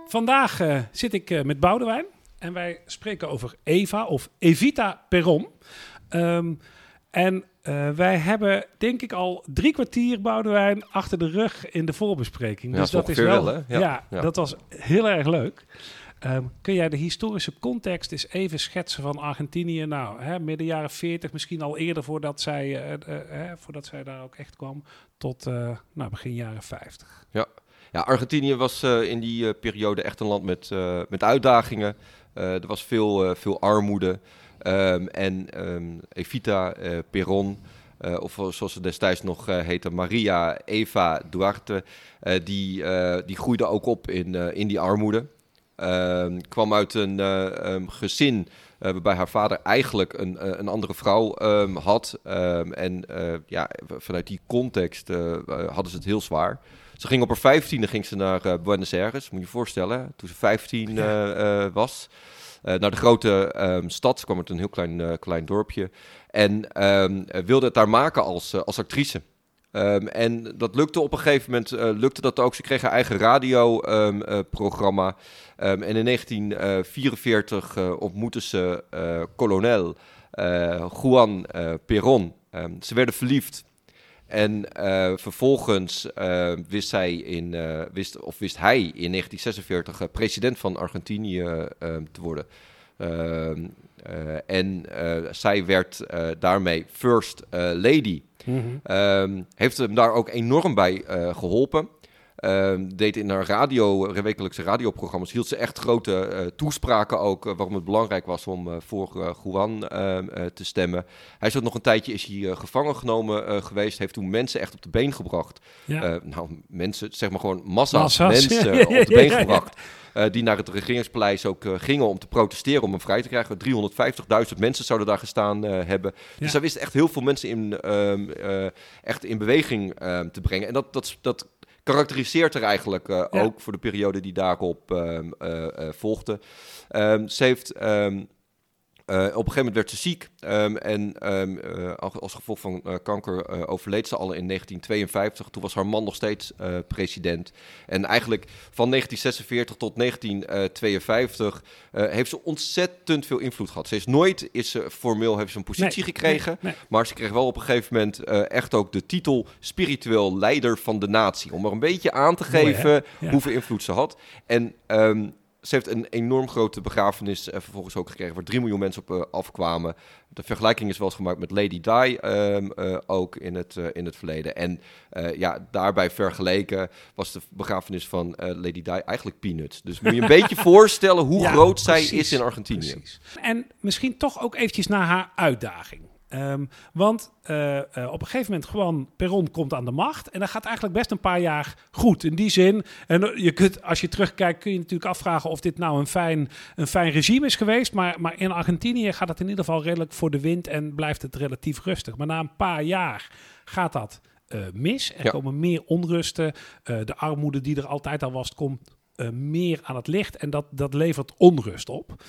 Vandaag zit ik met Boudewijn en wij spreken over Eva of Evita Peron. Wij hebben denk ik al 3 kwartier Boudewijn achter de rug in de voorbespreking. Ja, Dus dat is wel, hè? Ja, dat was heel erg leuk. Kun jij de historische context eens even schetsen van Argentinië? Nou, midden jaren 40, misschien al eerder voordat zij daar ook echt kwam, tot begin jaren 50. Ja, Argentinië was in die periode echt een land met uitdagingen. Er was veel armoede. Evita Peron, of zoals ze destijds nog heette, Maria Eva Duarte, die groeide ook op in die armoede. Kwam uit een gezin waarbij haar vader eigenlijk een andere vrouw had. Vanuit die context hadden ze het heel zwaar. Ze ging op haar 15e naar Buenos Aires, moet je je voorstellen, toen ze 15 was. Naar de grote stad, ze kwam uit een heel klein dorpje. En wilde het daar maken als actrice. En dat lukte op een gegeven moment, ook. Ze kreeg haar eigen radioprogramma. En in 1944 ontmoette ze kolonel Juan Perón. Ze werden verliefd. En vervolgens wist hij in 1946 president van Argentinië te worden. Zij werd daarmee First Lady. Mm-hmm. Heeft hem daar ook enorm bij geholpen. Deed in haar wekelijkse radioprogramma's, hield ze echt grote toespraken ook, waarom het belangrijk was om voor Juan te stemmen. Hij is ook nog een tijdje gevangen genomen geweest, heeft toen mensen echt op de been gebracht. Ja. Mensen, zeg maar gewoon massa's mensen op de been gebracht. Die naar het regeringspaleis ook gingen om te protesteren, om hem vrij te krijgen. 350.000 mensen zouden daar gestaan hebben. Ja. Dus hij wist echt heel veel mensen echt in beweging te brengen. En dat karakteriseert er eigenlijk ook voor de periode die daarop volgde. Ze heeft op een gegeven moment werd ze ziek als gevolg van kanker overleed ze al in 1952. Toen was haar man nog steeds president. En eigenlijk van 1946 tot 1952 heeft ze ontzettend veel invloed gehad. Heeft ze een positie gekregen, maar ze kreeg wel op een gegeven moment echt ook de titel spiritueel leider van de natie. Om er een beetje aan te geven hoeveel invloed ze had. En ze heeft een enorm grote begrafenis vervolgens ook gekregen, waar 3 miljoen mensen op afkwamen. De vergelijking is wel eens gemaakt met Lady Di, ook in het verleden. En daarbij vergeleken was de begrafenis van Lady Di eigenlijk peanuts. Dus moet je een beetje voorstellen hoe groot zij is in Argentinië. Precies. En misschien toch ook eventjes naar haar uitdaging. Want op een gegeven moment gewoon Perón komt aan de macht. En dat gaat eigenlijk best een paar jaar goed. In die zin, en als je terugkijkt, kun je natuurlijk afvragen of dit nou een fijn regime is geweest. Maar in Argentinië gaat het in ieder geval redelijk voor de wind en blijft het relatief rustig. Maar na een paar jaar gaat dat mis. Er komen meer onrusten. De armoede die er altijd al was, komt meer aan het licht en dat levert onrust op.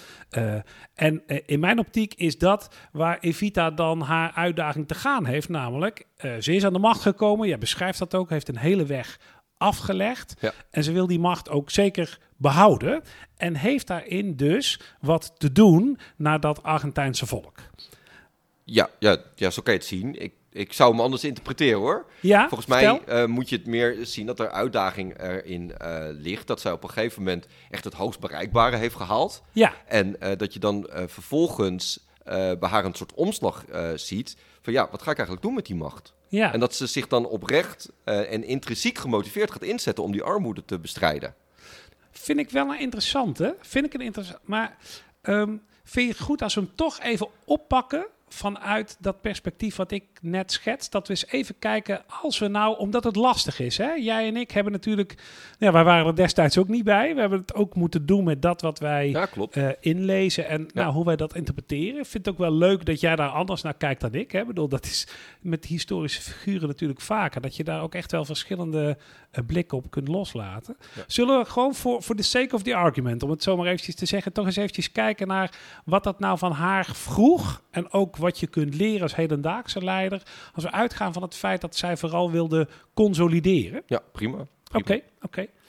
In mijn optiek is dat waar Evita dan haar uitdaging te gaan heeft, namelijk ze is aan de macht gekomen, jij beschrijft dat ook, heeft een hele weg afgelegd en ze wil die macht ook zeker behouden en heeft daarin dus wat te doen naar dat Argentijnse volk. Ja, zo kan je het zien. Ik zou hem anders interpreteren, hoor. Ja, volgens mij moet je het meer zien dat er uitdaging erin ligt. Dat zij op een gegeven moment echt het hoogst bereikbare heeft gehaald. Ja. En dat je dan vervolgens bij haar een soort omslag ziet. Van wat ga ik eigenlijk doen met die macht? Ja. En dat ze zich dan oprecht en intrinsiek gemotiveerd gaat inzetten om die armoede te bestrijden. Vind ik wel een interessante. Maar vind je het goed als we hem toch even oppakken vanuit dat perspectief wat ik net schets, dat we eens even kijken, als we nou, omdat het lastig is, hè? Jij en ik hebben natuurlijk, wij waren er destijds ook niet bij. We hebben het ook moeten doen met dat wat wij inlezen en hoe wij dat interpreteren. Ik vind het ook wel leuk dat jij daar anders naar kijkt dan ik. Hè? Ik bedoel, dat is met historische figuren natuurlijk vaker, dat je daar ook echt wel verschillende blikken op kunt loslaten. Ja. Zullen we gewoon voor the sake of the argument, om het zo maar eventjes te zeggen, toch eens eventjes kijken naar wat dat nou van haar vroeg en ook wat je kunt leren als hedendaagse leider, als we uitgaan van het feit dat zij vooral wilde consolideren. Ja, prima. Oké.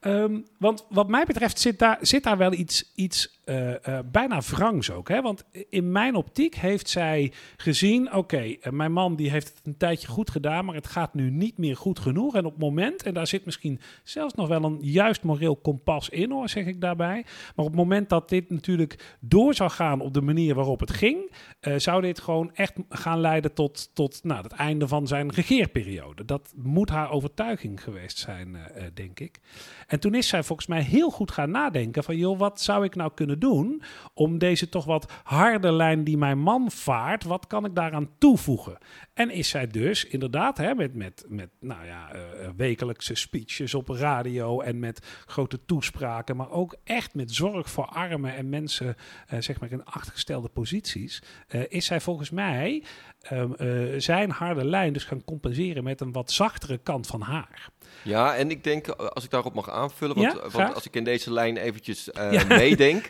Want wat mij betreft zit daar wel iets bijna wrangs ook. Hè? Want in mijn optiek heeft zij gezien... Oké, mijn man die heeft het een tijdje goed gedaan... maar het gaat nu niet meer goed genoeg. En op het moment, en daar zit misschien zelfs nog wel een juist moreel kompas in, hoor, zeg ik daarbij. Maar op het moment dat dit natuurlijk door zou gaan op de manier waarop het ging... zou dit gewoon echt gaan leiden tot het einde van zijn regeerperiode. Dat moet haar overtuiging geweest zijn, denk ik. En toen is zij volgens mij heel goed gaan nadenken van... joh, wat zou ik nou kunnen doen om deze toch wat harde lijn die mijn man vaart... wat kan ik daaraan toevoegen? En is zij dus inderdaad met wekelijkse speeches op radio... en met grote toespraken, maar ook echt met zorg voor armen en mensen... zeg maar in achtergestelde posities... is zij volgens mij zijn harde lijn dus gaan compenseren... met een wat zachtere kant van haar. Ja, en ik denk, als ik daarop mag aanvullen... want als ik in deze lijn eventjes meedenk...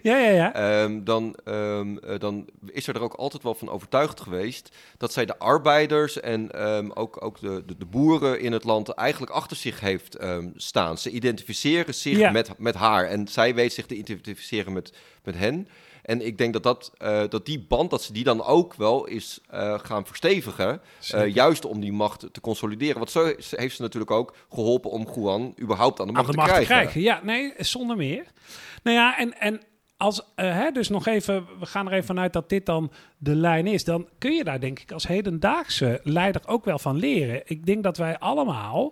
Dan is er ook altijd wel van overtuigd geweest... dat zij de arbeiders en ook de boeren in het land... eigenlijk achter zich heeft staan. Ze identificeren zich met haar. En zij weet zich te identificeren met hen... En ik denk dat die band, dat ze die dan ook wel is gaan verstevigen. Juist om die macht te consolideren. Want zo heeft ze natuurlijk ook geholpen om Juan überhaupt aan de macht te krijgen. Ja, nee, zonder meer. Nou ja, en als, dus nog even, we gaan er even vanuit dat dit dan de lijn is. Dan kun je daar denk ik als hedendaagse leider ook wel van leren. Ik denk dat wij allemaal...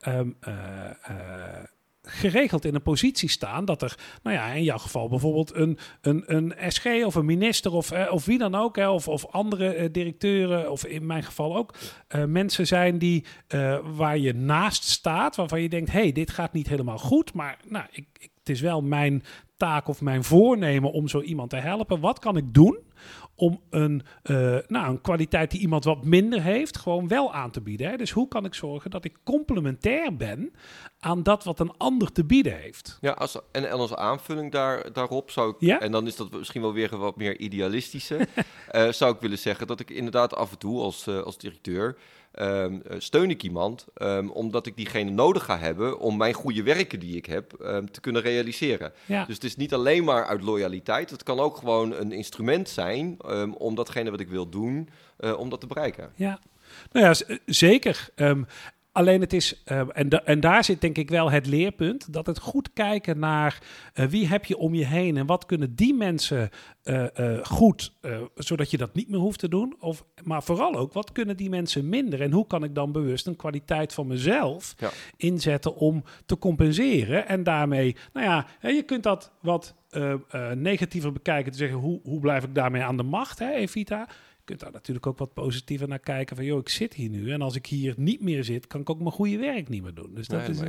geregeld in een positie staan dat er, in jouw geval bijvoorbeeld een SG of een minister of wie dan ook, of andere directeuren, of in mijn geval ook mensen zijn die waar je naast staat, waarvan je denkt, dit gaat niet helemaal goed, maar het is wel mijn taak of mijn voornemen om zo iemand te helpen. Wat kan ik doen om een kwaliteit die iemand wat minder heeft, gewoon wel aan te bieden. Hè? Dus hoe kan ik zorgen dat ik complementair ben aan dat wat een ander te bieden heeft? Ja, en als aanvulling daarop zou ik, en dan is dat misschien wel weer een wat meer idealistische, zou ik willen zeggen dat ik inderdaad af en toe als directeur steun ik iemand, omdat ik diegene nodig ga hebben om mijn goede werken die ik heb te kunnen realiseren. Ja. Dus het is niet alleen maar uit loyaliteit, het kan ook gewoon een instrument zijn om datgene wat ik wil doen, om dat te bereiken. Ja, zeker. Alleen het is, en daar zit denk ik wel het leerpunt, dat het goed kijken naar wie heb je om je heen en wat kunnen die mensen goed, zodat je dat niet meer hoeft te doen. Maar vooral ook, wat kunnen die mensen minder en hoe kan ik dan bewust een kwaliteit van mezelf inzetten om te compenseren. En daarmee, je kunt dat wat negatiever bekijken, te zeggen, hoe blijf ik daarmee aan de macht, Evita? Je kunt daar natuurlijk ook wat positiever naar kijken van, ik zit hier nu en als ik hier niet meer zit, kan ik ook mijn goede werk niet meer doen. Dus dat is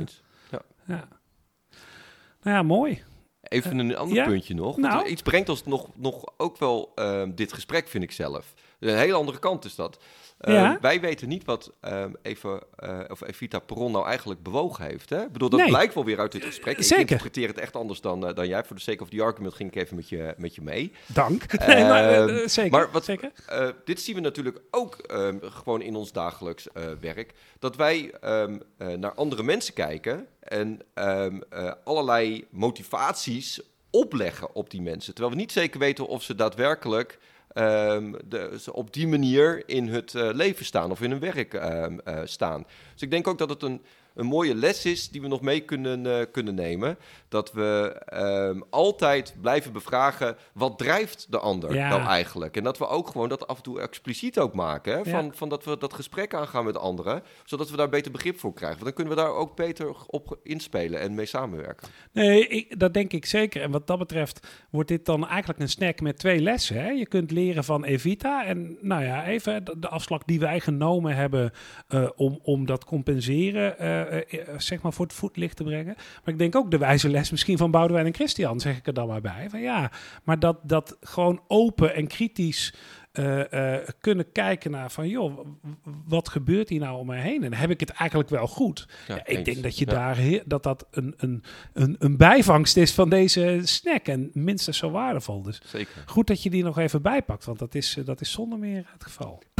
mooi. Even een ander puntje nog. Nou. Iets brengt ons nog ook wel dit gesprek, vind ik zelf. Een hele andere kant is dat. Wij weten niet wat Evita Peron nou eigenlijk bewogen heeft. Hè? Ik bedoel, dat blijkt wel weer uit dit gesprek. Zeker. Ik interpreteer het echt anders dan jij. Voor de sake of the argument ging ik even met je mee. Dank. Zeker. Maar zeker. Dit zien we natuurlijk ook gewoon in ons dagelijks werk. Dat wij naar andere mensen kijken en allerlei motivaties opleggen op die mensen. Terwijl we niet zeker weten of ze daadwerkelijk op die manier in het leven staan of in hun werk staan. Dus ik denk ook dat het een mooie les is die we nog mee kunnen nemen. Dat we altijd blijven bevragen, wat drijft de ander nou eigenlijk? En dat we ook gewoon dat af en toe expliciet ook maken. Hè? Van dat we dat gesprek aangaan met anderen, zodat we daar beter begrip voor krijgen. Want dan kunnen we daar ook beter op inspelen en mee samenwerken. Nee, dat denk ik zeker. En wat dat betreft wordt dit dan eigenlijk een snack met 2 lessen. Hè? Je kunt leren van Evita en even de afslag die wij genomen hebben om dat compenseren zeg maar voor het voetlicht te brengen. Maar ik denk ook de wijze les misschien van Boudewijn en Christian, zeg ik er dan maar bij. Van maar dat gewoon open en kritisch kunnen kijken naar van, wat gebeurt hier nou om mij heen? En heb ik het eigenlijk wel goed? Ik denk dat je dat een bijvangst is van deze snack en minstens zo waardevol. Dus zeker. Goed dat je die nog even bijpakt, want dat is zonder meer het geval.